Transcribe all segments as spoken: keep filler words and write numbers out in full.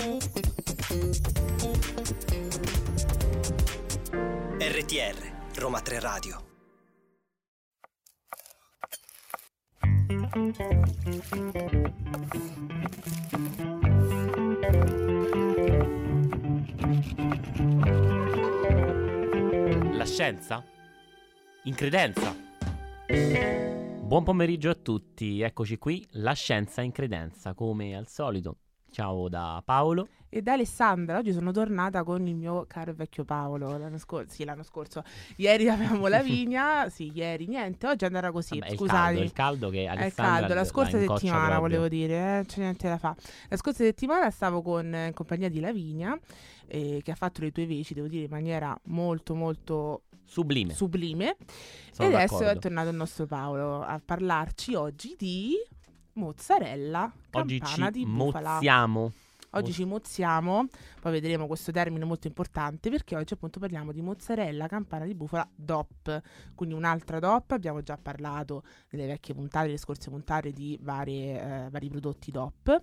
R T R Roma tre Radio. La scienza? In credenza? Buon pomeriggio a tutti, eccoci qui, la scienza in credenza, come al solito. Ciao da Paolo. E da Alessandra. Oggi sono tornata con il mio caro vecchio Paolo. L'anno scorso, sì, l'anno scorso. Ieri avevamo Lavinia, sì, ieri niente. Oggi andrà così. Vabbè, scusate. È il caldo, il caldo che Alessandra. È il caldo. La scorsa la settimana proprio. volevo dire, eh, c'è niente da fa. La scorsa settimana stavo con in compagnia di Lavinia, eh, che ha fatto le tue veci, devo dire, in maniera molto, molto sublime. sublime. Sono e adesso d'accordo. è tornato il nostro Paolo a parlarci oggi di mozzarella Oggi campana ci di bufala. mozziamo. Oggi ci mozziamo, poi vedremo questo termine molto importante perché oggi appunto parliamo di mozzarella campana di bufala D O P, quindi un'altra D O P. Abbiamo già parlato nelle vecchie puntate, le scorse puntate di varie, eh, vari prodotti D O P.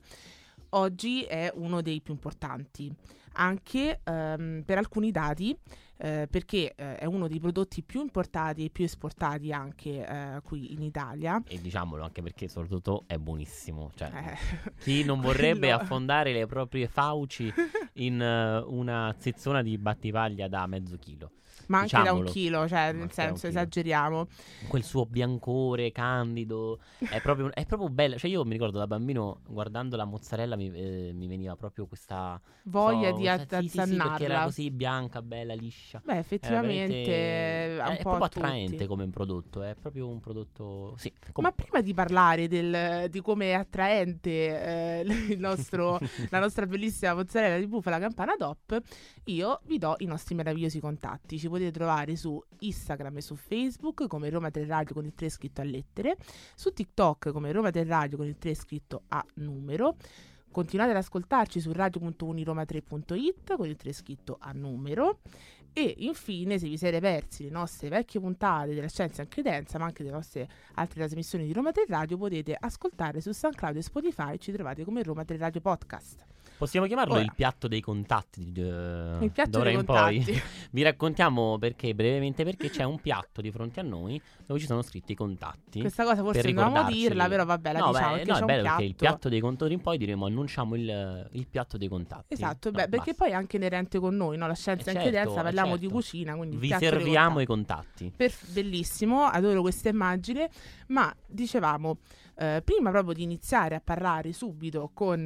Oggi è uno dei più importanti, anche ehm, per alcuni dati, eh, perché eh, è uno dei prodotti più importati e più esportati anche eh, qui in Italia. E diciamolo anche perché soprattutto è buonissimo. Cioè, Eh, chi non vorrebbe quello- affondare le proprie fauci in eh, una zizzona di battipaglia da mezzo chilo? Ma anche da un Diciamolo. chilo, cioè Ma nel anche da un senso chilo. esageriamo. Quel suo biancore candido è proprio, è proprio bello. Cioè io mi ricordo da bambino guardando la mozzarella mi, eh, mi veniva proprio questa Voglia so, di questa- att- sì, sì, sì, perché era azzannarla. così bianca, bella, liscia. Beh, Era effettivamente veramente- ha un è, po' proprio a tutti. attraente come prodotto. È proprio un prodotto. Sì, com- Ma prima di parlare del, di come è attraente eh, il nostro, la nostra bellissima mozzarella di bufala campana D O P, io vi do i nostri meravigliosi contatti. Ci potete trovare su Instagram e su Facebook come Roma tre Radio con il tre scritto a lettere, su TikTok come Roma tre Radio con il tre scritto a numero. Continuate ad ascoltarci su radio punto uniroma tre punto it con il tre scritto a numero. E infine, se vi siete persi le nostre vecchie puntate della Scienza in Credenza, ma anche delle nostre altre trasmissioni di Roma tre Radio, potete ascoltare su SoundCloud e Spotify. Ci trovate come Roma tre Radio Podcast. possiamo chiamarlo Ora. il piatto dei contatti. eh, Il piatto d'ora dei in poi. contatti. Vi raccontiamo perché, brevemente, perché c'è un piatto di fronte a noi dove ci sono scritti i contatti. Questa cosa forse per non dovevamo ricordarci- dirla, però vabbè, la no, diciamo beh, perché no, c'è è un bello piatto. perché il piatto dei contori in poi diremo annunciamo il, il piatto dei contatti. Esatto, No, beh, perché basta. poi è anche inerente con noi, no? La Scienza Eh in certo, Credenza, eh parliamo certo. di cucina, quindi il Vi piatto dei serviamo i contatti. contatti. Per- bellissimo, adoro questa immagine, ma dicevamo eh, prima proprio di iniziare a parlare subito con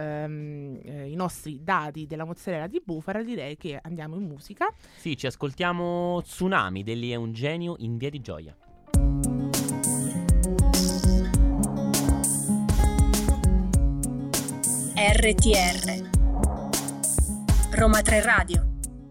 ehm, eh, i nostri dati della mozzarella di bufala, direi che andiamo in musica. Sì, ci ascoltiamo Tsunami degli È un genio in via di Gioia. R T R Roma tre Radio.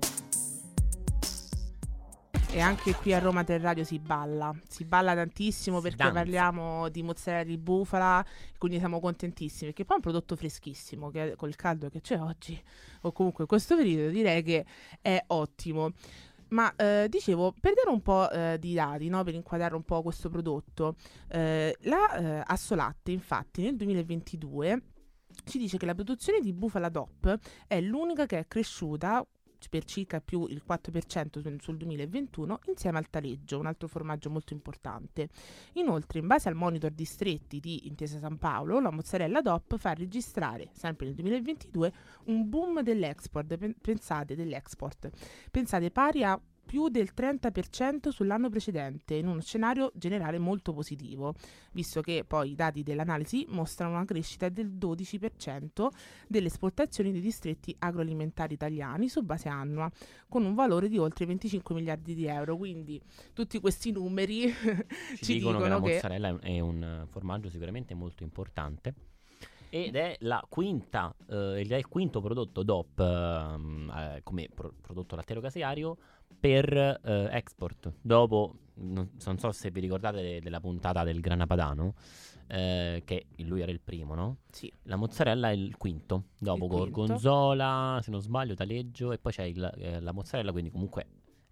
E anche qui a Roma tre Radio si balla, si balla tantissimo Si perché danza. parliamo di mozzarella di bufala, quindi siamo contentissimi perché poi è un prodotto freschissimo che col caldo che c'è oggi o comunque in questo periodo direi che è ottimo. Ma eh, dicevo, per dare un po' eh, di dati, no, per inquadrare un po' questo prodotto, eh, la eh, Assolatte infatti nel duemilaventidue ci dice che la produzione di bufala D O P è l'unica che è cresciuta per circa più il quattro per cento sul sul duemilaventuno insieme al taleggio, un altro formaggio molto importante. Inoltre, in base al monitor distretti di Intesa San Paolo, la mozzarella D O P fa registrare, sempre nel duemilaventidue, un boom dell'export, pen- pensate, dell'export, pensate pari a più del trenta per cento sull'anno precedente, in uno scenario generale molto positivo, visto che poi i dati dell'analisi mostrano una crescita del dodici per cento delle esportazioni dei distretti agroalimentari italiani su base annua, con un valore di oltre venticinque miliardi di euro. Quindi tutti questi numeri Ci, ci dicono, che la dicono che mozzarella è un- è un eh, formaggio sicuramente molto importante. Ed è la quinta, eh, ed è il quinto prodotto D O P ehm, eh, come pro- prodotto lattiero-caseario per eh, export. Dopo, non, non so se vi ricordate de- della puntata del Grana Padano, eh, che lui era il primo, no? sì, La mozzarella è il quinto, dopo Il quinto. gorgonzola, se non sbaglio, taleggio, e poi c'è il, eh, la mozzarella, quindi comunque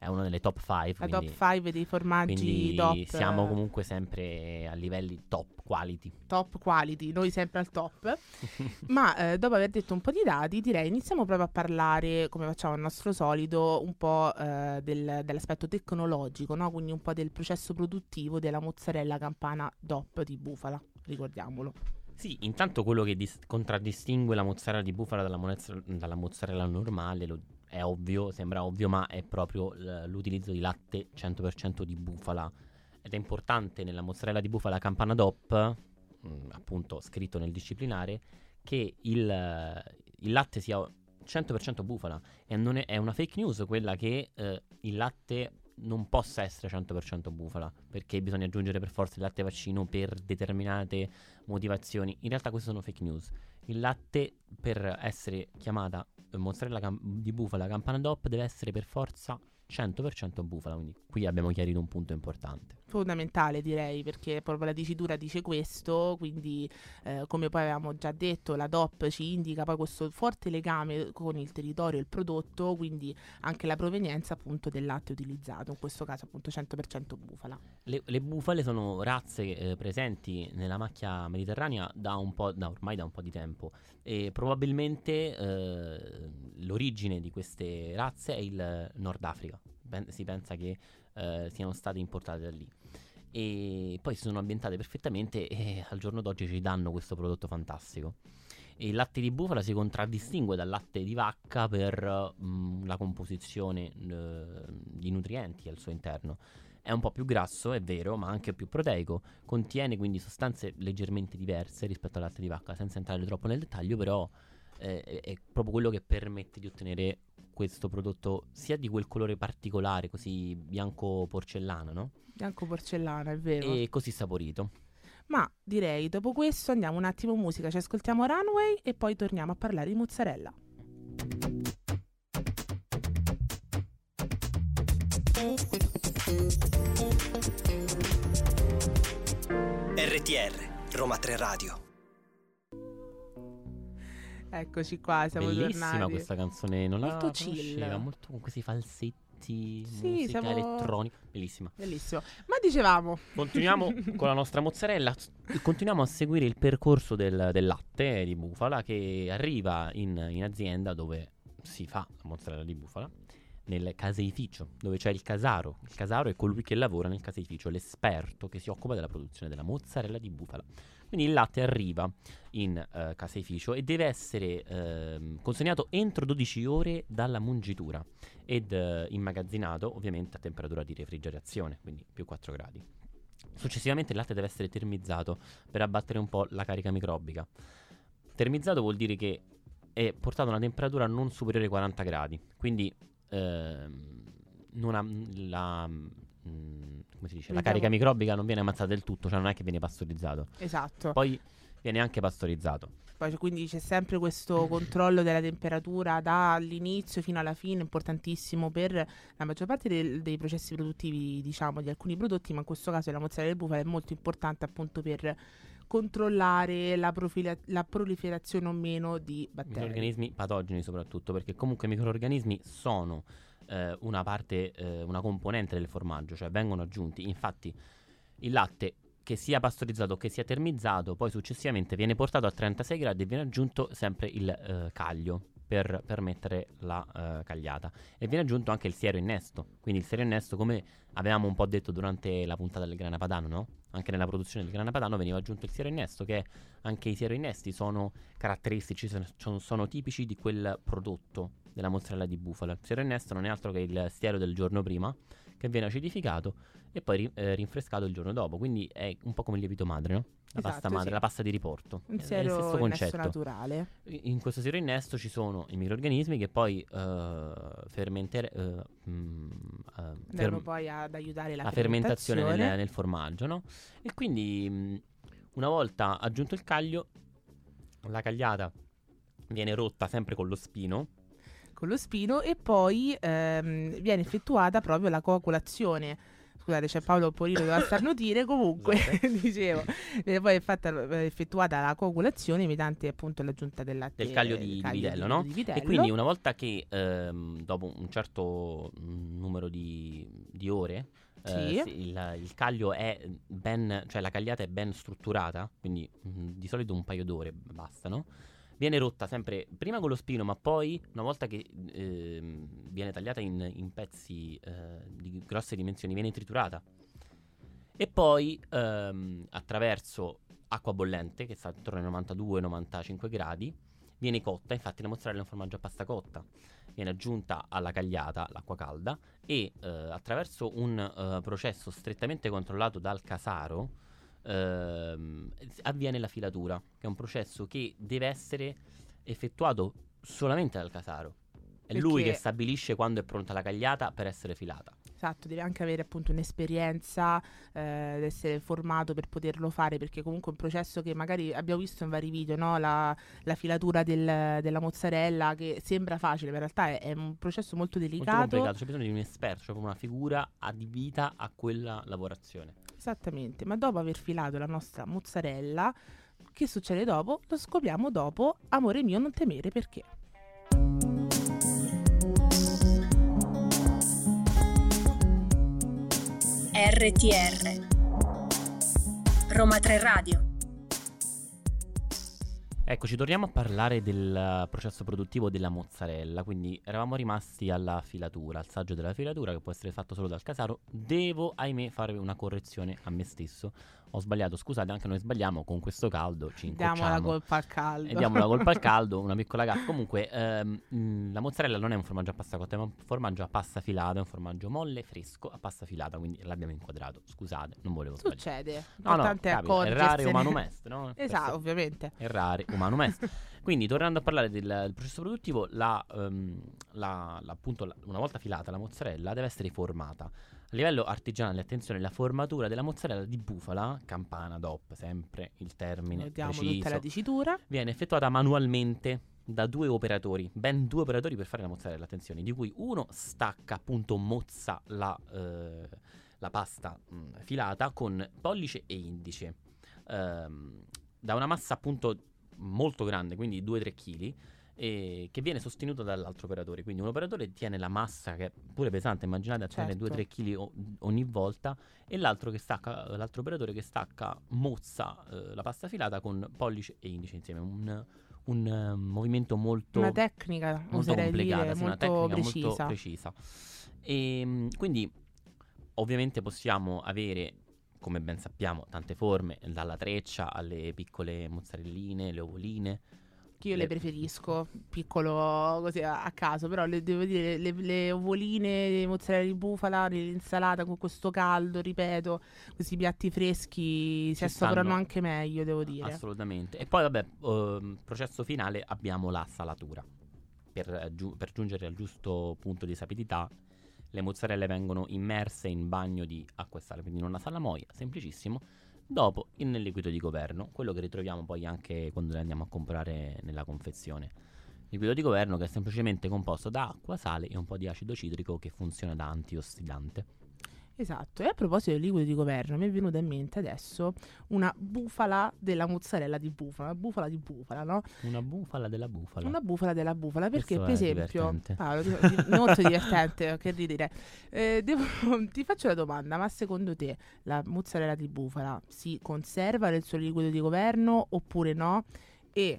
è una delle top cinque. La quindi, top cinque dei formaggi quindi top. siamo comunque sempre a livelli top quality. Top quality, noi sempre al top. Ma eh, dopo aver detto un po' di dati, direi iniziamo proprio a parlare, come facciamo al nostro solito, un po' eh, del- dell'aspetto tecnologico, no? Quindi un po' del processo produttivo della mozzarella campana D O P di bufala, ricordiamolo. Sì, intanto quello che dis- contraddistingue la mozzarella di bufala dalla, monezza- dalla mozzarella normale lo- è ovvio, sembra ovvio, ma è proprio l- l'utilizzo di latte cento per cento di bufala. Ed è importante nella mozzarella di bufala campana D O P, mh, appunto scritto nel disciplinare, che il, il latte sia cento per cento bufala. E non è, è una fake news quella che eh, il latte non possa essere cento per cento bufala, perché bisogna aggiungere per forza il latte vaccino per determinate motivazioni. In realtà queste sono fake news. Il latte, per essere chiamata eh, mozzarella cam- di bufala campana D O P, deve essere per forza cento per cento bufala. Quindi qui abbiamo chiarito un punto importante. Fondamentale, direi, perché proprio la dicitura dice questo, quindi eh, come poi avevamo già detto, la D O P ci indica poi questo forte legame con il territorio e il prodotto, quindi anche la provenienza appunto del latte utilizzato, in questo caso appunto cento per cento bufala. Le, le bufale sono razze eh, presenti nella macchia mediterranea da un po', da ormai da un po' di tempo, e probabilmente eh, l'origine di queste razze è il Nord Africa. Ben- si pensa che eh, siano state importate da lì, e poi si sono ambientate perfettamente e al giorno d'oggi ci danno questo prodotto fantastico. E il latte di bufala si contraddistingue dal latte di vacca per mh, la composizione eh, di nutrienti al suo interno. È un po' più grasso, è vero, ma anche più proteico. Contiene quindi sostanze leggermente diverse rispetto al latte di vacca, senza entrare troppo nel dettaglio, però eh, è, è proprio quello che permette di ottenere questo prodotto sia di quel colore particolare, così bianco porcellana, no? Bianco porcellana, è vero. E così saporito. Ma direi dopo questo andiamo un attimo in musica, ci ascoltiamo Runway e poi torniamo a parlare di mozzarella. R T R, Roma tre Radio. Eccoci qua, siamo Bellissima tornati. questa canzone, non Molto la chill. conosceva, molto con questi falsetti, Sì, musica siamo- elettronica, bellissima. Bellissimo. Ma dicevamo, Continuiamo con la nostra mozzarella, s- continuiamo a seguire il percorso del, del latte di bufala che arriva in, in azienda dove si fa la mozzarella di bufala, nel caseificio, dove c'è il casaro. Il casaro è colui che lavora nel caseificio, l'esperto che si occupa della produzione della mozzarella di bufala. Quindi il latte arriva in eh, caseificio e deve essere ehm, consegnato entro dodici ore dalla mungitura ed eh, immagazzinato ovviamente a temperatura di refrigerazione, quindi più quattro gradi. Successivamente il latte deve essere termizzato per abbattere un po' la carica microbica. Termizzato vuol dire che è portato a una temperatura non superiore ai quaranta gradi, quindi ehm, non ha la, mm, come si dice, la Diciamo- carica microbica non viene ammazzata del tutto, cioè non è che viene pastorizzato. esatto. Poi viene anche pastorizzato. Poi, quindi c'è sempre questo controllo della temperatura dall'inizio fino alla fine, importantissimo per la maggior parte del- dei processi produttivi, diciamo, di alcuni prodotti, ma in questo caso la mozzarella di bufala è molto importante appunto per controllare la, profila- la proliferazione o meno di batteri. Microrganismi patogeni soprattutto, perché comunque i microrganismi sono eh, una parte, eh, una componente del formaggio, cioè vengono aggiunti. Infatti il latte, che sia pastorizzato o che sia termizzato, poi successivamente viene portato a trentasei gradi e viene aggiunto sempre il eh, caglio per permettere la eh, cagliata, e viene aggiunto anche il siero innesto. Quindi il siero innesto, come avevamo un po' detto durante la puntata del grana padano, no? Anche nella produzione del grana padano veniva aggiunto il siero innesto, che anche i siero innesti sono caratteristici, sono, sono- sono tipici di quel prodotto della mozzarella di bufala. Il siero innesto non è altro che il siero del giorno prima, che viene acidificato e poi ri- eh, rinfrescato il giorno dopo. Quindi è un po' come il lievito madre, no? La Esatto, pasta madre, sì. la pasta di riporto. Un È il siero stesso innesto concetto. naturale. In questo siero innesto ci sono i microrganismi che poi eh, fermentere, eh, mm, eh, Andranno ferm- poi ad aiutare la, la fermentazione nel, fermentazione. nel formaggio, no? E quindi mh, una volta aggiunto il caglio, la cagliata viene rotta sempre con lo spino. Con lo spino, e poi ehm, viene effettuata proprio la coagulazione Scusate, c'è Paolo Polino che va a starnutire. Comunque, dicevo, eh, poi è fatta, è effettuata la coagulazione mediante appunto l'aggiunta del latte del caglio di, di vitello, no? di vitello. E quindi una volta che ehm, dopo un certo mm, numero di, di ore Sì. eh, se il, il caglio è ben, cioè la cagliata è ben strutturata, quindi mm, di solito un paio d'ore bastano. Viene rotta sempre prima con lo spino, ma poi una volta che ehm, viene tagliata in, in pezzi eh, di grosse dimensioni, viene triturata. E poi ehm, attraverso acqua bollente, che sta attorno ai novantadue novantacinque gradi, viene cotta. Infatti la mozzarella è un formaggio a pasta cotta. Viene aggiunta alla cagliata l'acqua calda e eh, attraverso un eh, processo strettamente controllato dal casaro ehm, avviene la filatura, che è un processo che deve essere effettuato solamente dal casaro. È lui Perché- che stabilisce quando è pronta la cagliata per essere filata. Esatto, deve anche avere appunto un'esperienza, eh, deve essere formato per poterlo fare, perché comunque è un processo che magari abbiamo visto in vari video, no? La, la filatura del- della mozzarella, che sembra facile, ma in realtà è, è un processo molto Molto delicato. complicato, c'è bisogno di un esperto, cioè proprio una figura adibita a quella lavorazione. Esattamente, ma dopo aver filato la nostra mozzarella, che succede dopo? Lo scopriamo dopo. Amore mio, non temere, perché? R T R Roma tre Radio. Eccoci, torniamo a parlare del uh, processo produttivo della mozzarella. Quindi eravamo rimasti alla filatura, al saggio della filatura, che può essere fatto solo dal casaro. Devo, ahimè, fare una correzione a me stesso. Ho sbagliato, scusate, anche noi sbagliamo, con questo caldo ci Diamo la incocciamo colpa al caldo. e diamo la colpa al caldo, una piccola gaffa. Comunque ehm, mh, la mozzarella non è un formaggio a pasta cotta, è un formaggio a pasta filata, è un formaggio molle, fresco, a pasta filata, quindi l'abbiamo inquadrato. Scusate, non volevo sbagliare. Succede. No, no, L'importante è capita, accorgersene. errare umanum est, no? Esatto, ovviamente. Errare umanum est. Quindi tornando a parlare del, del processo produttivo, la, ehm, la- la- appunto, la- una volta filata la mozzarella deve essere formata. A livello artigianale, attenzione, la formatura della mozzarella di bufala, campana D O P, sempre il termine Vediamo preciso, tutta la dicitura. viene effettuata manualmente da due operatori, ben due operatori per fare la mozzarella, attenzione, di cui uno stacca, appunto mozza la, eh, la pasta mh, filata con pollice e indice, ehm, da una massa appunto molto grande, quindi due tre chili, e che viene sostenuto dall'altro operatore. Quindi un operatore tiene la massa, che è pure pesante, immaginate a tenere Certo. due tre chili ogni volta, e l'altro che stacca, l'altro operatore che stacca, mozza eh, la pasta filata con pollice e indice insieme. Un, un eh, movimento molto, Una tecnica, molto oserei complicata, dire, sì, una molto tecnica precisa. molto precisa. E mh, quindi ovviamente possiamo avere, come ben sappiamo, tante forme, dalla treccia alle piccole mozzarelline, le ovoline. Che io le preferisco, piccolo così a, a caso, però le, devo dire, le, le ovoline, le mozzarella di bufala, l'insalata con questo caldo, ripeto, questi piatti freschi si Ci assaporano stanno. anche meglio, devo dire. Assolutamente. E poi vabbè, ehm, processo finale, abbiamo la salatura. Per, eh, giu- per giungere al giusto punto di sapidità, le mozzarelle vengono immerse in bagno di acqua e sale, quindi in una salamoia, semplicissimo. Dopo in nel liquido di governo, quello che ritroviamo poi anche quando le andiamo a comprare nella confezione. Liquido di governo che è semplicemente composto da acqua, sale e un po' di acido citrico che funziona da antiossidante. Esatto, e a proposito del liquido di governo mi è venuta in mente adesso una bufala della mozzarella di bufala, una bufala di bufala, no? Una bufala della bufala. Una bufala della bufala, perché Questo per è esempio, divertente. Paolo, di- di- molto divertente, che ridere. Eh, devo- ti faccio la domanda, ma secondo te la mozzarella di bufala si conserva nel suo liquido di governo oppure no? E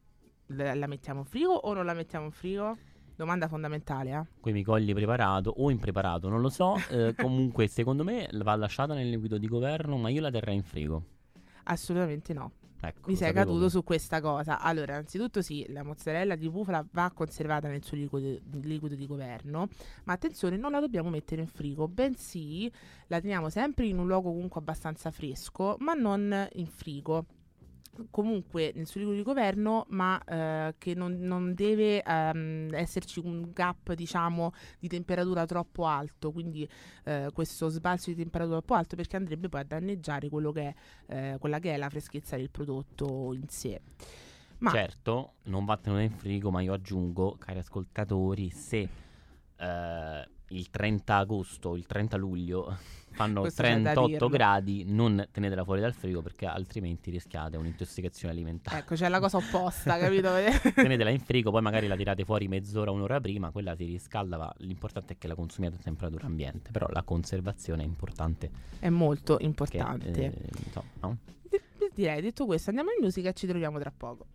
la, la mettiamo in frigo o non la mettiamo in frigo? Domanda fondamentale, eh? Qui mi cogli preparato o impreparato, non lo so. eh, comunque, secondo me va lasciata nel liquido di governo, ma io la terrei in frigo. Assolutamente no. Ecco, Mi lo sei sapevo caduto che- su questa cosa. Allora, innanzitutto sì, la mozzarella di bufala va conservata nel suo liquido, liquido di governo, ma attenzione, non la dobbiamo mettere in frigo, bensì la teniamo sempre in un luogo comunque abbastanza fresco, ma non in frigo. Comunque nel suo liquido di governo, ma eh, che non, non deve ehm, esserci un gap, diciamo, di temperatura troppo alto, quindi eh, questo sbalzo di temperatura troppo alto, perché andrebbe poi a danneggiare quello che è, eh, quella che è la freschezza del prodotto in sé. Ma Certo, non va tenuta in frigo, ma io aggiungo, cari ascoltatori, se eh, il trenta agosto, il trenta luglio fanno Questo c'è da trentotto dirlo. gradi, non tenetela fuori dal frigo perché altrimenti rischiate un'intossicazione alimentare. Ecco, c'è la cosa opposta, capito? Tenetela in frigo, poi magari la tirate fuori mezz'ora, un'ora prima, quella si riscalda, ma l'importante è che la consumiate a temperatura ambiente, però la conservazione è importante. È molto Che, importante. eh, so, no? Di- Direi, detto questo, andiamo in musica e ci troviamo tra poco.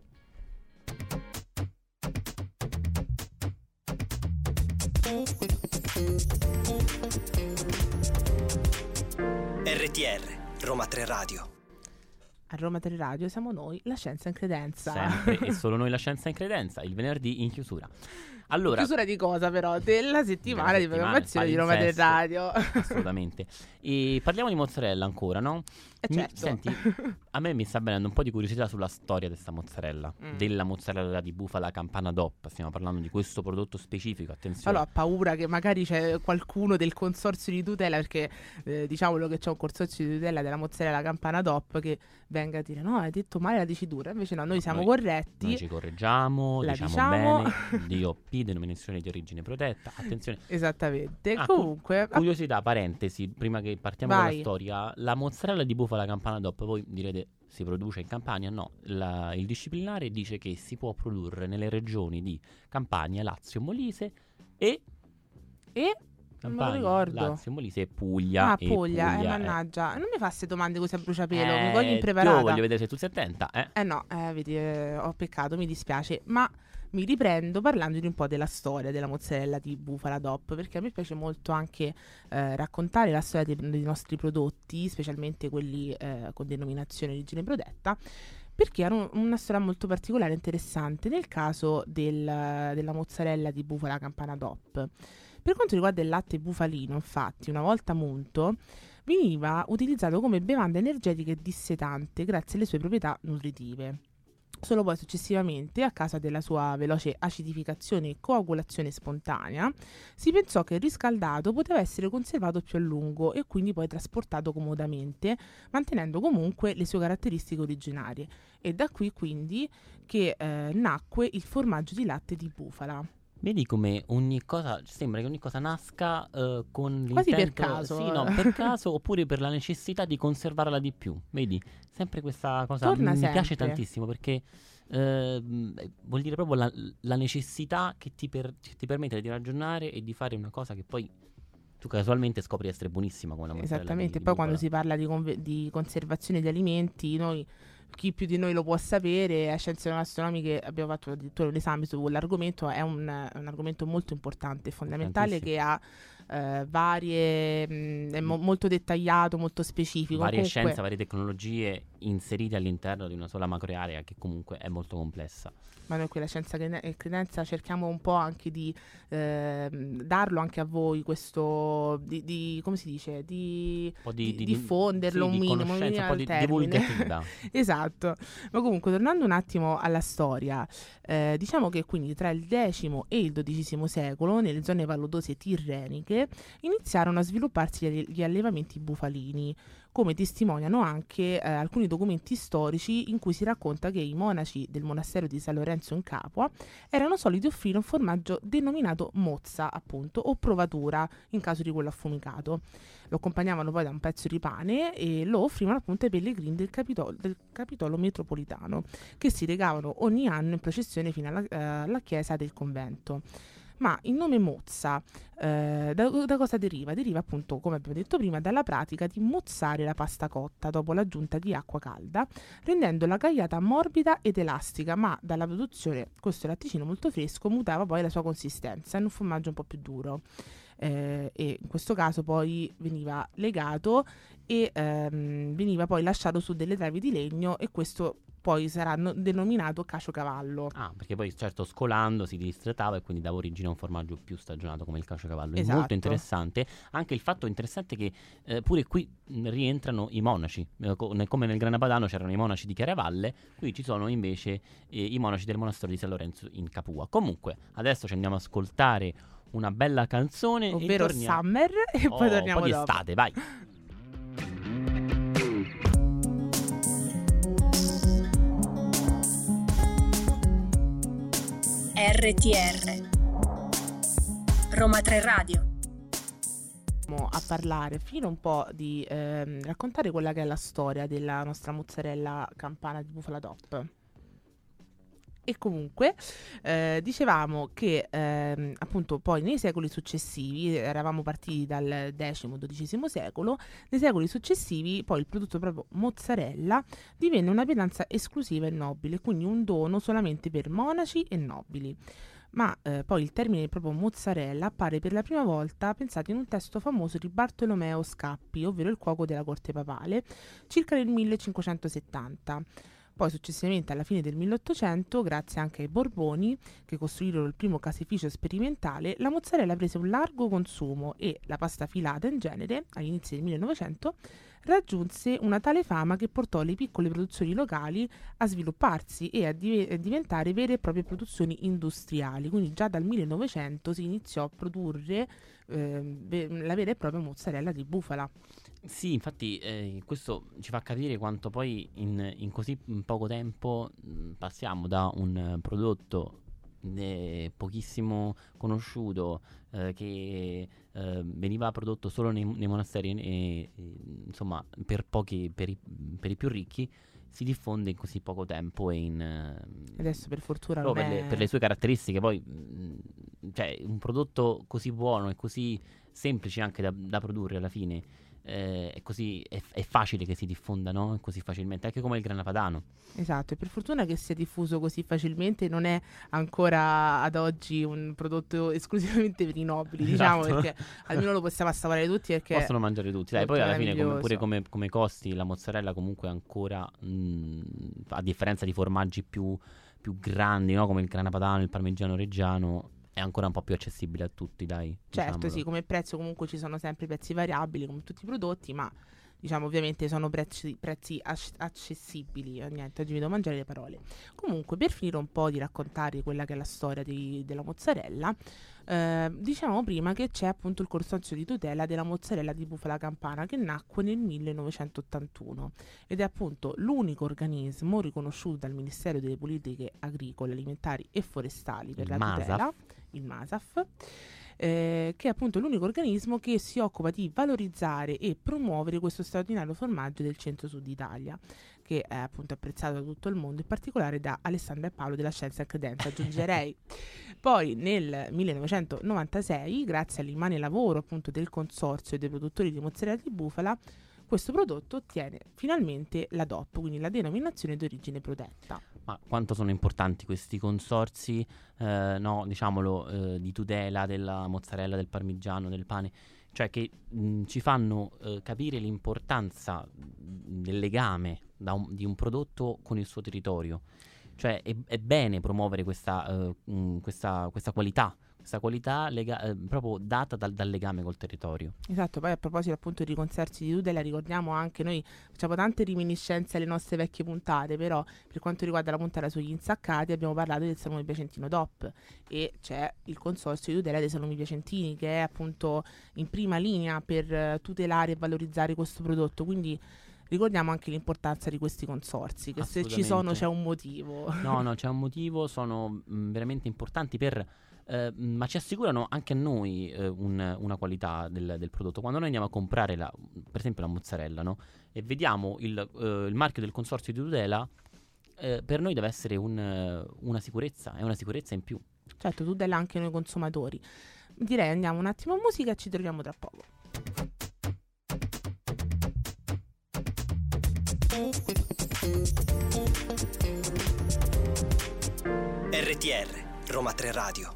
R T R, Roma tre Radio. A Roma tre Radio siamo noi, la scienza in credenza. Sempre e solo noi la scienza in credenza, il venerdì in chiusura. Allora, Chiusura di cosa però? Della settimana della di settimana, programmazione di il Roma tre palinsesto. Radio. assolutamente. E parliamo di mozzarella ancora, no? Eh, Mi- certo. senti, a me mi sta venendo un po' di curiosità sulla storia di questa mozzarella, Mm. della mozzarella di bufala Campana D O P. Stiamo parlando di questo prodotto specifico, attenzione. Allora, ho paura che magari c'è qualcuno del consorzio di tutela, perché eh, diciamolo che c'è un consorzio di tutela della mozzarella Campana D O P che venga a dire no, hai detto male la dicitura. Invece no, noi No, siamo noi- corretti. Noi ci correggiamo, La diciamo, diciamo. bene, D O P, denominazione di origine protetta. Attenzione, Esattamente. Ah, cu- Comunque, curiosità, parentesi, prima che partiamo Vai. dalla storia, la mozzarella di bufala Campana D O P, voi direte si produce in Campania? No, la- il disciplinare dice che si può produrre nelle regioni di Campania, Lazio, Molise e e non me lo Campania, ricordo. Lazio, Molise e Puglia. Ah, e Puglia, eh, Puglia, mannaggia. Non mi fa queste domande così a bruciapelo, Eh, mi voglio Io impreparata. voglio vedere se tu sei attenta, eh. Eh no, eh, vedi, eh, ho peccato, mi dispiace, ma mi riprendo parlando di un po' della storia della mozzarella di bufala D O P, perché a me piace molto anche eh, raccontare la storia dei, dei nostri prodotti, specialmente quelli eh, con denominazione origine protetta, perché hanno una storia molto particolare e interessante nel caso del- della mozzarella di bufala Campana D O P. Per quanto riguarda il latte bufalino, infatti, una volta munto, veniva utilizzato come bevanda energetica e dissetante grazie alle sue proprietà nutritive. Solo poi successivamente, a causa della sua veloce acidificazione e coagulazione spontanea, si pensò che il riscaldato poteva essere conservato più a lungo e quindi poi trasportato comodamente, mantenendo comunque le sue caratteristiche originarie. E da qui quindi che eh, nacque il formaggio di latte di bufala. Vedi come ogni cosa, sembra che ogni cosa nasca eh, con Quasi per l'intento, caso, sì, eh. no, per caso oppure per la necessità di conservarla di più. Vedi, sempre questa cosa Torna mi sempre. piace tantissimo perché ehm, vuol dire proprio la, la necessità che ti, per- che ti permette di ragionare e di fare una cosa che poi tu casualmente scopri essere buonissima come la mozzarella Esattamente, di, poi di quando bufala. si parla di, conve- di conservazione di alimenti, noi, chi più di noi lo può sapere, a Scienze Astronomiche abbiamo fatto addirittura un esame sull'argomento, è un, un argomento molto importante e fondamentale che ha eh, varie, mh, è mo- molto dettagliato, molto specifico. Varie Comunque, scienze, varie tecnologie inserite all'interno di una sola macroarea che comunque è molto complessa. ma noi qui la Scienza e Credenza cerchiamo un po' anche di ehm, darlo anche a voi, questo, di, di- come si dice, di, Un po' di, di- diffonderlo sì, un di minimo, un conoscenza, un po' di minimo al termine. divulgativa. Esatto, ma comunque tornando un attimo alla storia, eh, diciamo che quindi tra il X e il dodicesimo secolo nelle zone vallodose tirreniche iniziarono a svilupparsi gli, gli allevamenti bufalini, come testimoniano anche eh, alcuni documenti storici in cui si racconta che i monaci del monastero di San Lorenzo in Capua erano soliti offrire un formaggio denominato mozza, appunto, o provatura in caso di quello affumicato. Lo accompagnavano poi da un pezzo di pane e lo offrivano appunto ai pellegrini del, capitolo, del Capitolo metropolitano, che si recavano ogni anno in processione fino alla, eh, alla chiesa del convento. Ma il nome mozza eh, da, da cosa deriva? Deriva appunto, come abbiamo detto prima, dalla pratica di mozzare la pasta cotta dopo l'aggiunta di acqua calda, rendendola cagliata morbida ed elastica, ma dalla produzione questo latticino molto fresco mutava poi la sua consistenza in un formaggio un po' più duro. Eh, e in questo caso poi veniva legato e ehm, veniva poi lasciato su delle travi di legno, e questo poi sarà no- denominato caciocavallo. Ah, perché poi certo scolando si distratava e quindi dava origine a un formaggio più stagionato come il caciocavallo. È Esatto. molto interessante. Anche il fatto interessante che eh, pure qui mh, rientrano i monaci. Eh, co- ne- come nel Grana Padano c'erano i monaci di Chiaravalle, qui ci sono invece eh, i monaci del monastero di San Lorenzo in Capua. Comunque, adesso ci andiamo a ascoltare una bella canzone, Ovvero e torniamo. Summer, e Oh, poi torniamo un po' di dopo. estate, vai. R T R Roma tre Radio. a parlare, finire un po' di ehm, raccontare quella che è la storia della nostra mozzarella campana di Bufala DOP. E comunque eh, dicevamo che ehm, appunto poi nei secoli successivi, eravamo partiti dal decimo-dodicesimo secolo, nei secoli successivi poi il prodotto proprio mozzarella divenne una pietanza esclusiva e nobile, quindi un dono solamente per monaci e nobili. Ma eh, poi il termine proprio mozzarella appare per la prima volta, pensate, in un testo famoso di Bartolomeo Scappi, ovvero il cuoco della corte papale, circa nel millecinquecentosettanta. Poi successivamente alla fine del milleottocento, grazie anche ai Borboni, che costruirono il primo caseificio sperimentale, la mozzarella prese un largo consumo e la pasta filata in genere, agli inizi del millenovecento, raggiunse una tale fama che portò le piccole produzioni locali a svilupparsi e a, div- a diventare vere e proprie produzioni industriali. Quindi già dal millenovecento si iniziò a produrre eh, ve- la vera e propria mozzarella di bufala. Sì, infatti eh, questo ci fa capire quanto poi in, in così poco tempo mh, passiamo da un eh, prodotto eh, pochissimo conosciuto eh, che eh, veniva prodotto solo nei, nei monasteri e, e insomma per pochi, per i, per i più ricchi, si diffonde in così poco tempo e in eh, Adesso per fortuna proprio non per, è... le, per le sue caratteristiche. Poi mh, cioè un prodotto così buono e così semplice anche da, da produrre alla fine, eh, è così è, è facile che si diffonda, no? Così facilmente, anche come il grana padano. Esatto, e per fortuna che sia diffuso così facilmente, non è ancora ad oggi un prodotto esclusivamente per i nobili, diciamo, Esatto. perché almeno lo possiamo assaporare tutti, perché Possono mangiare tutti. Dai, molto poi alla fine come, meraviglioso. pure come, come costi la mozzarella comunque ancora mh, a differenza di formaggi più, più grandi, no? Come il grana padano, il parmigiano reggiano, è ancora un po' più accessibile a tutti, dai. certo, diciamolo. sì, come prezzo comunque ci sono sempre prezzi variabili come tutti i prodotti, ma diciamo ovviamente sono prezzi, prezzi ac- accessibili. Eh, niente, oggi mi devo mangiare le parole. Comunque, per finire un po' di raccontare quella che è la storia di- della mozzarella, eh, diciamo prima che c'è appunto il consorzio di tutela della mozzarella di bufala campana, che nacque nel millenovecentottantuno ed è appunto l'unico organismo riconosciuto dal Ministero delle Politiche Agricole, Alimentari e Forestali per Il la MASAF. tutela, il MASAF, eh, che è appunto l'unico organismo che si occupa di valorizzare e promuovere questo straordinario formaggio del centro-sud Italia, che è appunto apprezzato da tutto il mondo, in particolare da Alessandra e Paolo della Scienza e Credenza, aggiungerei. Poi nel millenovecentonovantasei, grazie all'immane lavoro appunto del consorzio dei produttori di mozzarella di bufala, questo prodotto ottiene finalmente la D O P, quindi la denominazione d'origine protetta. Ma quanto sono importanti questi consorzi, eh, no, diciamolo, eh, di tutela della mozzarella, del parmigiano, del pane, cioè che mh, ci fanno eh, capire l'importanza del legame da un- di un prodotto con il suo territorio. Cioè è, è bene promuovere questa, eh, mh, questa, questa qualità, questa qualità lega- eh, proprio data dal, dal legame col territorio. Esatto, poi a proposito appunto di consorzi di tutela, ricordiamo anche, noi facciamo tante reminiscenze alle nostre vecchie puntate, però per quanto riguarda la puntata sugli insaccati abbiamo parlato del salome piacentino D O P e c'è il consorzio di tutela dei salumi piacentini che è appunto in prima linea per eh, tutelare e valorizzare questo prodotto, quindi ricordiamo anche l'importanza di questi consorzi, che se ci sono Assolutamente. c'è un motivo. No, no, c'è un motivo, sono mh, veramente importanti per, eh, mh, ma ci assicurano anche a noi eh, un- una qualità del, del prodotto. Quando noi andiamo a comprare, la, per esempio, la mozzarella, no? E vediamo il, eh, il marchio del consorzio di tutela, eh, per noi deve essere un, eh, una sicurezza, è una sicurezza in più. Certo, tutela anche noi consumatori. Direi andiamo un attimo a musica e ci troviamo tra poco. R T R, Roma tre Radio.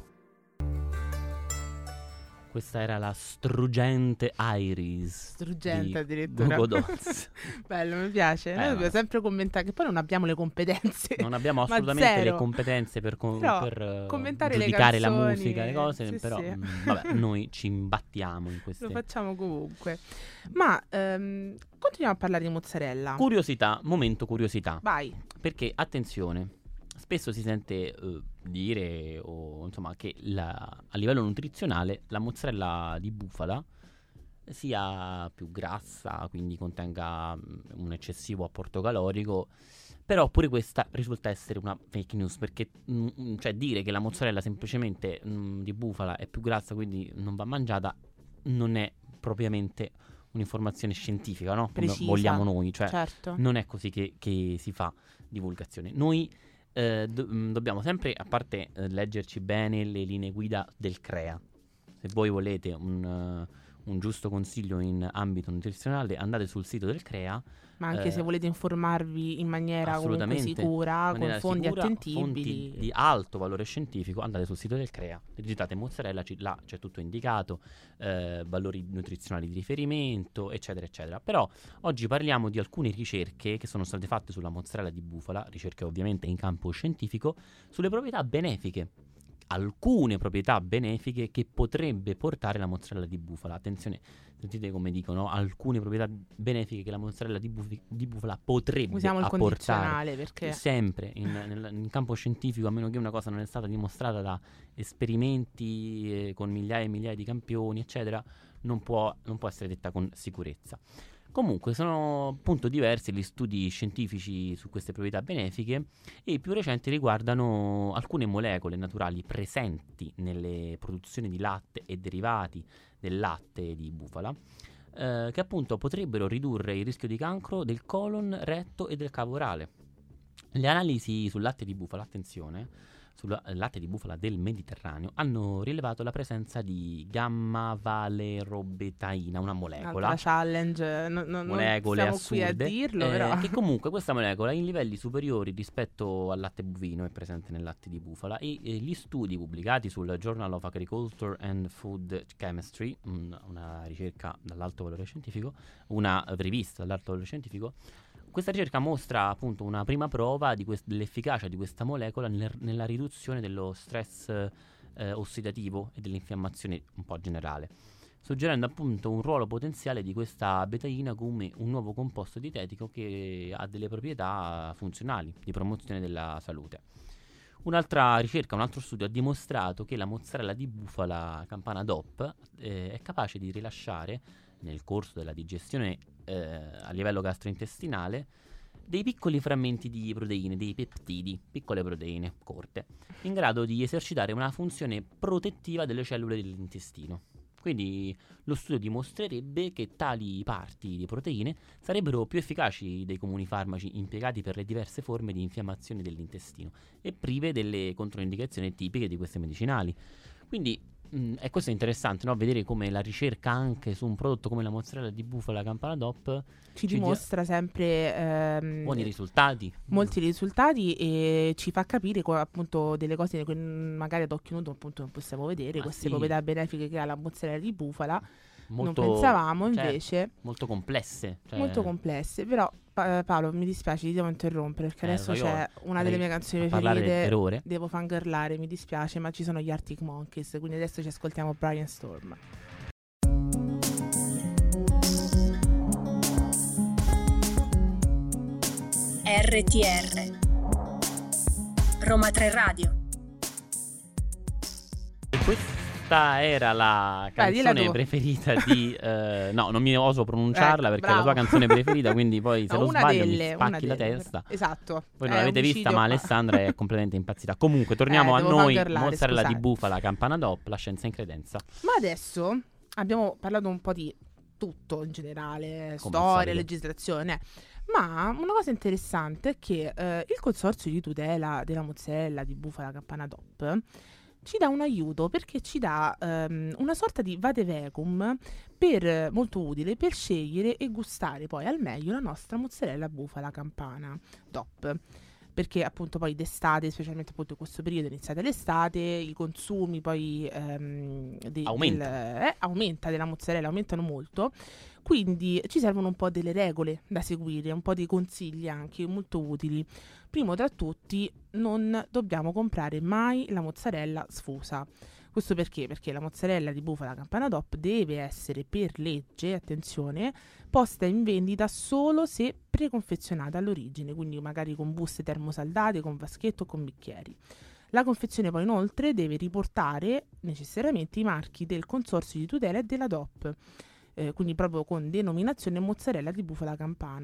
Questa era la struggente Iris. Struggente di addirittura. Go Go Dolls. Bello, mi piace. Eh, Noi dobbiamo ma- sempre commentare che poi non abbiamo le competenze. Non abbiamo Ma assolutamente le zero. competenze per, con- Però per, eh, commentare le giudicare la canzoni, musica, le cose, sì, però sì. mh, vabbè, noi ci imbattiamo in Lo queste facciamo comunque. Ma ehm, continuiamo a parlare di mozzarella. curiosità, momento curiosità. Vai. Perché attenzione, spesso si sente eh, dire o insomma che la- a livello nutrizionale la mozzarella di bufala sia più grassa, quindi contenga mh, un eccessivo apporto calorico. Però pure questa risulta essere una fake news, perché mh, mh, cioè dire che la mozzarella semplicemente mh, di bufala è più grassa, quindi non va mangiata, non è propriamente un'informazione scientifica, no? Come Precisa. vogliamo noi, cioè Certo. non è così che, che si fa divulgazione. Noi eh, do- mh, dobbiamo sempre, a parte eh, leggerci bene le linee guida del CREA. Se voi volete un, uh, un giusto consiglio in ambito nutrizionale, andate sul sito del CREA. Ma anche eh, se volete informarvi in maniera comunque assolutamente, sicura, in con maniera fondi sicura, attendibili. fonti di alto valore scientifico, andate sul sito del CREA, digitate mozzarella, ci- là c'è tutto indicato, eh, valori nutrizionali di riferimento, eccetera, eccetera. Però oggi parliamo di alcune ricerche che sono state fatte sulla mozzarella di bufala, ricerche ovviamente in campo scientifico, sulle proprietà benefiche. Alcune proprietà benefiche che potrebbe portare la mozzarella di bufala. Attenzione, sentite come dicono, alcune proprietà benefiche che la mozzarella di, bufi- di bufala potrebbe Usiamo il apportare. condizionale perché Sempre in, nel, in campo scientifico, a meno che una cosa non è stata dimostrata da esperimenti eh, con migliaia e migliaia di campioni, eccetera, non può, non può essere detta con sicurezza. Comunque sono appunto diversi gli studi scientifici su queste proprietà benefiche e i più recenti riguardano alcune molecole naturali presenti nelle produzioni di latte e derivati del latte di bufala, eh, che appunto potrebbero ridurre il rischio di cancro del colon, retto e del cavo orale. Le analisi sul latte di bufala, attenzione, sul latte di bufala del Mediterraneo hanno rilevato la presenza di gamma-valerobettaina, una molecola. un'altra challenge, no, no, molecole non stiamo qui a assurde, dirlo, eh, però che comunque questa molecola in livelli superiori rispetto al latte bovino è presente nel latte di bufala e, e gli studi pubblicati sul Journal of Agriculture and Food Chemistry, un- una ricerca dall'alto valore scientifico, una rivista dall'alto valore scientifico, questa ricerca mostra appunto una prima prova di quest- dell'efficacia di questa molecola nel- nella riduzione dello stress eh, ossidativo e dell'infiammazione un po' generale, suggerendo appunto un ruolo potenziale di questa betaina come un nuovo composto dietetico che ha delle proprietà funzionali di promozione della salute. Un'altra ricerca, un altro studio ha dimostrato che la mozzarella di bufala campana D O P eh, è capace di rilasciare nel corso della digestione eh, a livello gastrointestinale dei piccoli frammenti di proteine, dei peptidi, piccole proteine corte, in grado di esercitare una funzione protettiva delle cellule dell'intestino. Quindi lo studio dimostrerebbe che tali parti di proteine sarebbero più efficaci dei comuni farmaci impiegati per le diverse forme di infiammazione dell'intestino e prive delle controindicazioni tipiche di queste medicinali. Quindi mh, e questo è interessante, no? Vedere come la ricerca anche su un prodotto come la mozzarella di bufala campana D O P ci ci dimostra sempre ehm, buoni risultati. molti risultati e ci fa capire co- appunto delle cose che magari ad occhio nudo appunto non possiamo vedere, Ah, queste sì. proprietà benefiche che ha la mozzarella di bufala. Molto, non pensavamo certo, invece, molto complesse. Cioè, molto complesse, però pa- Paolo mi dispiace, ti devo interrompere perché Eh, adesso lo so, io c'è una delle mie potrei canzoni parlare preferite, per ore. devo fangirlare, mi dispiace, ma ci sono gli Arctic Monkeys, quindi adesso ci ascoltiamo Brian Storm. R T R Roma tre Radio. E questa era la Dai, dilla canzone tu. preferita di eh, no, non mi oso pronunciarla Eh, perché è la bravo. tua canzone preferita, quindi poi se No, lo una sbaglio delle, mi una spacchi la delle, testa. esatto. Voi non È l'avete vista, omicidio, ma Alessandra è completamente impazzita. Comunque, torniamo Eh, a devo noi. fangirlare, Mozzarella di scusate. bufala, campana D O P, la scienza in credenza. Ma adesso abbiamo parlato un po' di tutto in generale, Come al storia, solito. legislazione. Ma una cosa interessante è che eh, il consorzio di tutela della mozzarella di bufala campana D O P ci dà un aiuto perché ci dà ehm, una sorta di vadevecum per, molto utile per scegliere e gustare poi al meglio la nostra mozzarella bufala campana D O P. Perché appunto poi d'estate, specialmente appunto in questo periodo, iniziate l'estate, i consumi poi ehm, de- Aumenta. del- eh, aumenta della mozzarella, aumentano molto. Quindi ci servono un po' delle regole da seguire, un po' di consigli anche molto utili. Primo tra tutti, non dobbiamo comprare mai la mozzarella sfusa. Questo perché? Perché la mozzarella di bufala campana D O P deve essere per legge, attenzione, posta in vendita solo se preconfezionata all'origine, quindi magari con buste termosaldate, con vaschetto o con bicchieri. La confezione poi inoltre deve riportare necessariamente i marchi del consorzio di tutela e della D O P. Eh, quindi proprio con denominazione mozzarella di bufala campana.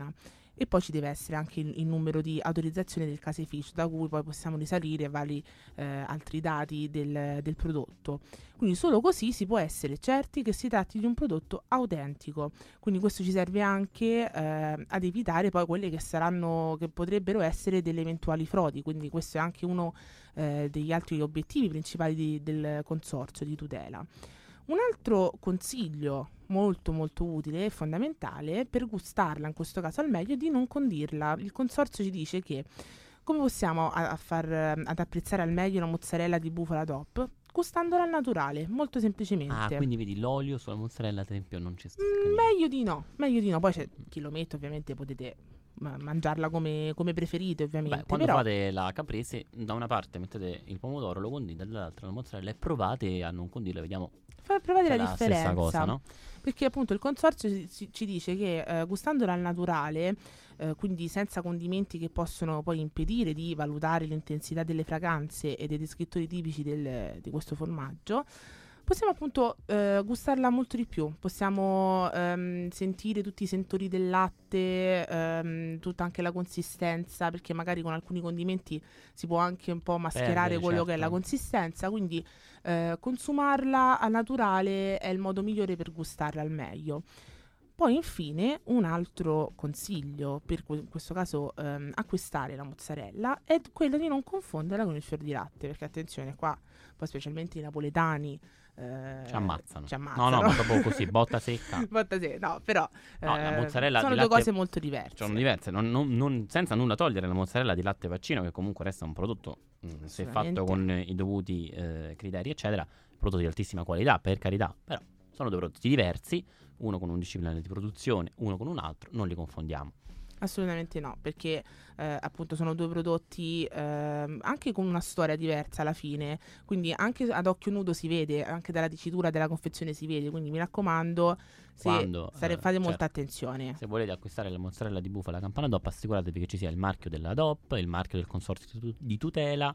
e poi ci deve essere anche il, il numero di autorizzazione del caseificio, da cui poi possiamo risalire vari eh, altri dati del, del prodotto. Quindi solo così si può essere certi che si tratti di un prodotto autentico. Quindi questo ci serve anche eh, ad evitare poi quelle che saranno, che potrebbero essere delle eventuali frodi. Quindi questo è anche uno eh, degli altri obiettivi principali di, del consorzio di tutela. Un altro consiglio molto molto utile e fondamentale per gustarla, in questo caso al meglio, è di non condirla. Il consorzio ci dice che come possiamo a, a far, ad apprezzare al meglio la mozzarella di bufala D O P? Gustandola al naturale, molto semplicemente. Ah, quindi vedi, l'olio sulla mozzarella ad esempio non ci sta. Mm, meglio di no, meglio di no. Poi c'è chi lo mette, ovviamente potete ma- mangiarla come, come preferite, ovviamente. Beh, quando però fate la caprese, da una parte mettete il pomodoro, lo condite, dall'altra la mozzarella e provate a non condirla, vediamo fa- provate se è la la differenza. stessa cosa, no? Perché appunto il consorzio ci, ci- ci dice che eh, gustandola al naturale, eh, quindi senza condimenti che possono poi impedire di valutare l'intensità delle fragranze e dei descrittori tipici del- di questo formaggio, possiamo appunto eh, gustarla molto di più. Possiamo ehm, sentire tutti i sentori del latte, ehm, tutta anche la consistenza, perché magari con alcuni condimenti si può anche un po' mascherare Perde, quello che è la certo. consistenza, quindi eh, consumarla al naturale è il modo migliore per gustarla al meglio. Poi infine un altro consiglio per que- in questo caso ehm, acquistare la mozzarella è quello di non confonderla con il fior di latte, perché attenzione qua, poi specialmente i napoletani eh, Ci ammazzano. ci No, ammazzano. no, ma proprio così, botta secca. Botta se- no, però No, la eh, mozzarella sono di due latte- cose molto diverse. Sono diverse, non- non- non- senza nulla togliere la mozzarella di latte vaccino, che comunque resta un prodotto, mh, se Assolutamente. fatto con i dovuti eh, criteri, eccetera, prodotto di altissima qualità, per carità, però sono due prodotti diversi, uno con un disciplinare di produzione, uno con un altro, non li confondiamo. Assolutamente no, perché eh, appunto sono due prodotti ehm, anche con una storia diversa alla fine, quindi anche ad occhio nudo si vede, anche dalla dicitura della confezione si vede, quindi mi raccomando, se Quando, stare- eh, fate molta certo. attenzione. Se volete acquistare la mozzarella di bufala Campana D O P, assicuratevi che ci sia il marchio della D O P, il marchio del consorzio tu- di tutela,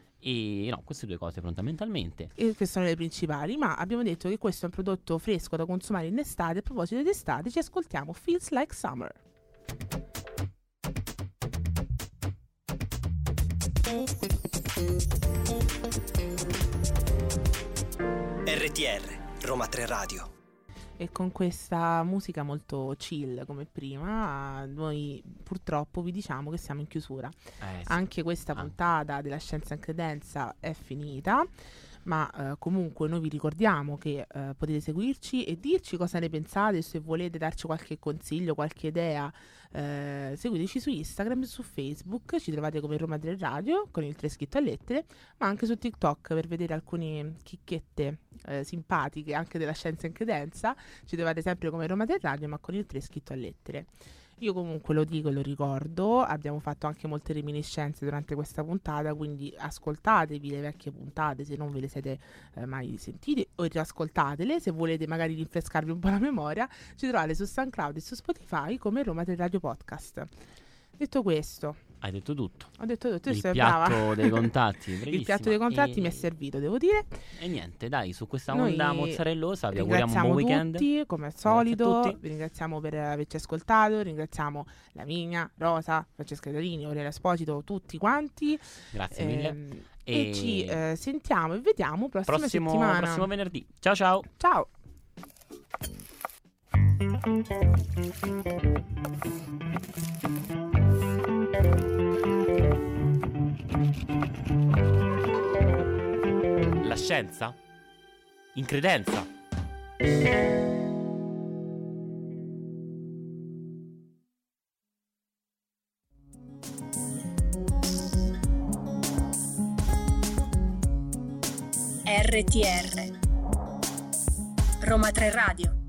e no, queste due cose fondamentalmente. E che sono le principali, ma abbiamo detto che questo è un prodotto fresco da consumare in estate. A proposito di estate, ci ascoltiamo Feels Like Summer. R T R, Roma tre Radio. E con questa musica molto chill come prima, noi purtroppo vi diciamo che siamo in chiusura. Eh, sì. Anche questa Ah. puntata della Scienza in Credenza è finita, ma eh, comunque noi vi ricordiamo che eh, potete seguirci e dirci cosa ne pensate, se volete darci qualche consiglio, qualche idea. Eh, seguiteci su Instagram e su Facebook, ci trovate come Roma tre Radio con il tre scritto a lettere, ma anche su TikTok per vedere alcune chicchette eh, simpatiche anche della Scienza in Credenza. Ci trovate sempre come Roma tre Radio, ma con il tre scritto a lettere. Io comunque lo dico e lo ricordo, abbiamo fatto anche molte reminiscenze durante questa puntata, quindi ascoltatevi le vecchie puntate se non ve le siete eh, mai sentite, o riascoltatele se volete magari rinfrescarvi un po' la memoria. Ci trovate su SoundCloud e su Spotify come Roma tre Radio Podcast. Detto questo, Hai detto tutto. ho detto tutto, io Il sono piatto brava. dei contatti, Il bravissima. piatto dei contratti E- mi è servito, devo dire. E niente, dai, su questa Noi onda mozzarellosa vi auguriamo un Ringraziamo buon weekend. tutti, come al Grazie a solito. tutti. Vi ringraziamo per averci ascoltato. Ringraziamo Lavinia, Rosa, Francesca Darini, Aurelia Esposito, tutti quanti. Grazie mille. Ehm, e... E ci eh, sentiamo e vediamo prossima prossimo, settimana. prossimo venerdì. Ciao ciao. Ciao. La scienza? In credenza? R T R Roma tre Radio.